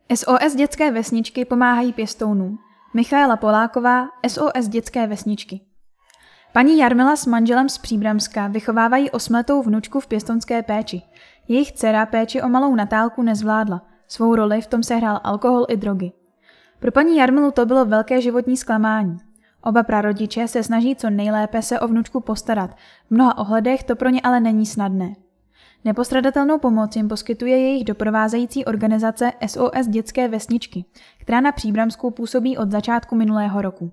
SOS dětské vesničky pomáhají pěstounům. Michaela Poláková, SOS dětské vesničky. Paní Jarmila s manželem z Příbramska vychovávají 8letou vnučku v pěstounské péči. Jejich dcera péči o malou Natálku nezvládla. Svou roli v tom sehrál alkohol i drogy. Pro paní Jarmilu to bylo velké životní zklamání. Oba prarodiče se snaží co nejlépe se o vnučku postarat. V mnoha ohledech to pro ně ale není snadné. Nepostradatelnou pomoc jim poskytuje jejich doprovázející organizace SOS dětské vesničky, která na Příbramsku působí od začátku minulého roku.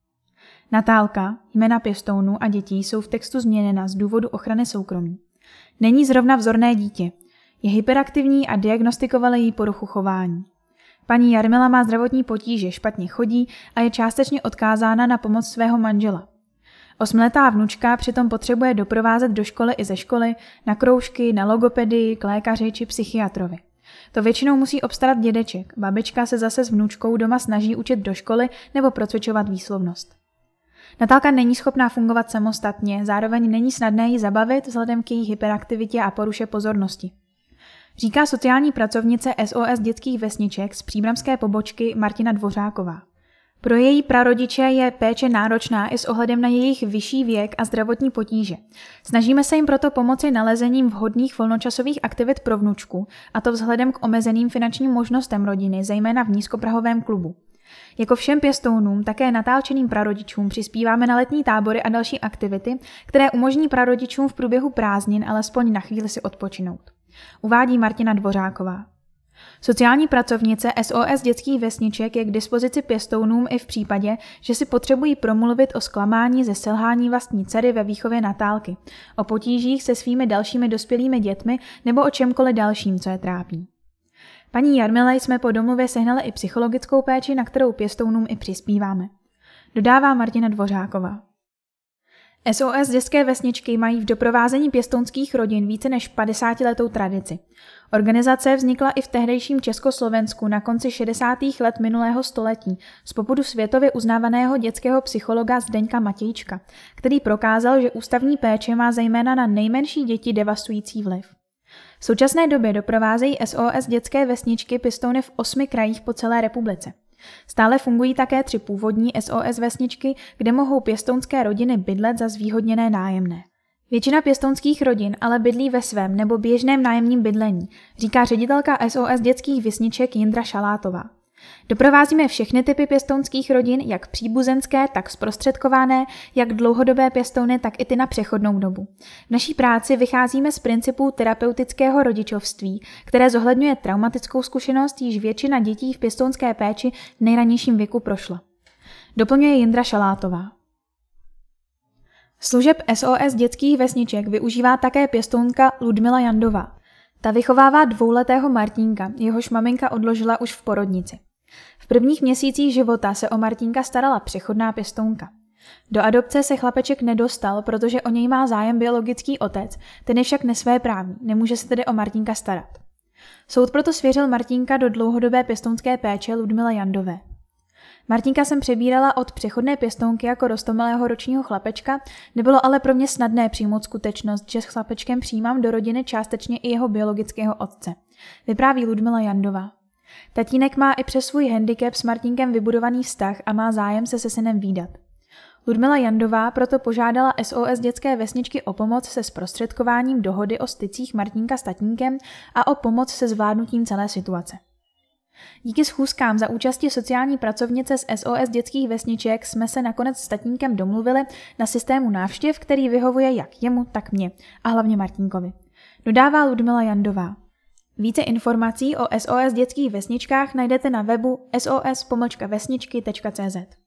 Natálka, jména pěstounů a dětí jsou v textu změněna z důvodu ochrany soukromí. Není zrovna vzorné dítě. Je hyperaktivní a diagnostikovali jí poruchu chování. Paní Jarmila má zdravotní potíže, špatně chodí a je částečně odkázána na pomoc svého manžela. 8letá vnučka přitom potřebuje doprovázet do školy i ze školy, na kroužky, na logopedii, k lékaři či psychiatrovi. To většinou musí obstarat dědeček, babička se zase s vnučkou doma snaží učit do školy nebo procvičovat výslovnost. Natálka není schopná fungovat samostatně, zároveň není snadné ji zabavit vzhledem k její hyperaktivitě a poruše pozornosti. Říká sociální pracovnice SOS dětských vesniček z příbramské pobočky Martina Dvořáková. Pro její prarodiče je péče náročná i s ohledem na jejich vyšší věk a zdravotní potíže. Snažíme se jim proto pomoci nalezením vhodných volnočasových aktivit pro vnučku, a to vzhledem k omezeným finančním možnostem rodiny, zejména v nízkoprahovém klubu. Jako všem pěstounům, také natálčeným prarodičům přispíváme na letní tábory a další aktivity, které umožní prarodičům v průběhu prázdnin alespoň na chvíli si odpočinout. Uvádí Martina Dvořáková. Sociální pracovnice SOS dětských vesniček je k dispozici pěstounům i v případě, že si potřebují promluvit o zklamání ze selhání vlastní dcery ve výchově Natálky, o potížích se svými dalšími dospělými dětmi nebo o čemkoliv dalším, co je trápí. Paní Jarmile jsme po domluvě sehnali i psychologickou péči, na kterou pěstounům i přispíváme. Dodává Martina Dvořáková. SOS dětské vesničky mají v doprovázení pěstounských rodin více než 50letou tradici. Organizace vznikla i v tehdejším Československu na konci 60. let minulého století z popudu světově uznávaného dětského psychologa Zdeňka Matějčka, který prokázal, že ústavní péče má zejména na nejmenší děti devastující vliv. V současné době doprovázejí SOS dětské vesničky pěstouny v 8 krajích po celé republice. Stále fungují také 3 původní SOS vesničky, kde mohou pěstounské rodiny bydlet za zvýhodněné nájemné. Většina pěstounských rodin ale bydlí ve svém nebo běžném nájemním bydlení, říká ředitelka SOS dětských vesniček Jindra Šalátová. Doprovázíme všechny typy pěstounských rodin, jak příbuzenské, tak zprostředkované, jak dlouhodobé pěstouny, tak i ty na přechodnou dobu. V naší práci vycházíme z principů terapeutického rodičovství, které zohledňuje traumatickou zkušenost, již většina dětí v pěstounské péči v nejranějším věku prošla. Doplňuje Jindra Šalátová. Služeb SOS dětských vesniček využívá také pěstounka Ludmila Jandová. Ta vychovává 2letého Martínka, jehož maminka odložila už v porodnici. V prvních měsících života se o Martínka starala přechodná pěstounka. Do adopce se chlapeček nedostal, protože o něj má zájem biologický otec, ten je však nesvéprávný, nemůže se tedy o Martínka starat. Soud proto svěřil Martínka do dlouhodobé pěstounské péče Ludmila Jandové. Martínka jsem přebírala od přechodné pěstounky jako roztomilého ročního chlapečka, nebylo ale pro mě snadné přijmout skutečnost, že s chlapečkem přijímám do rodiny částečně i jeho biologického otce. Vypráví Ludmila Jandová. Tatínek má i přes svůj handicap s Martínkem vybudovaný vztah a má zájem se synem vídat. Ludmila Jandová proto požádala SOS dětské vesničky o pomoc se zprostředkováním dohody o stycích Martínka s tatínkem a o pomoc se zvládnutím celé situace. Díky schůzkám za účasti sociální pracovnice z SOS dětských vesniček jsme se nakonec s tatínkem domluvili na systému návštěv, který vyhovuje jak jemu, tak mně a hlavně Martínkovi. Dodává Ludmila Jandová. Více informací o SOS dětských vesničkách najdete na webu sos-vesničky.cz.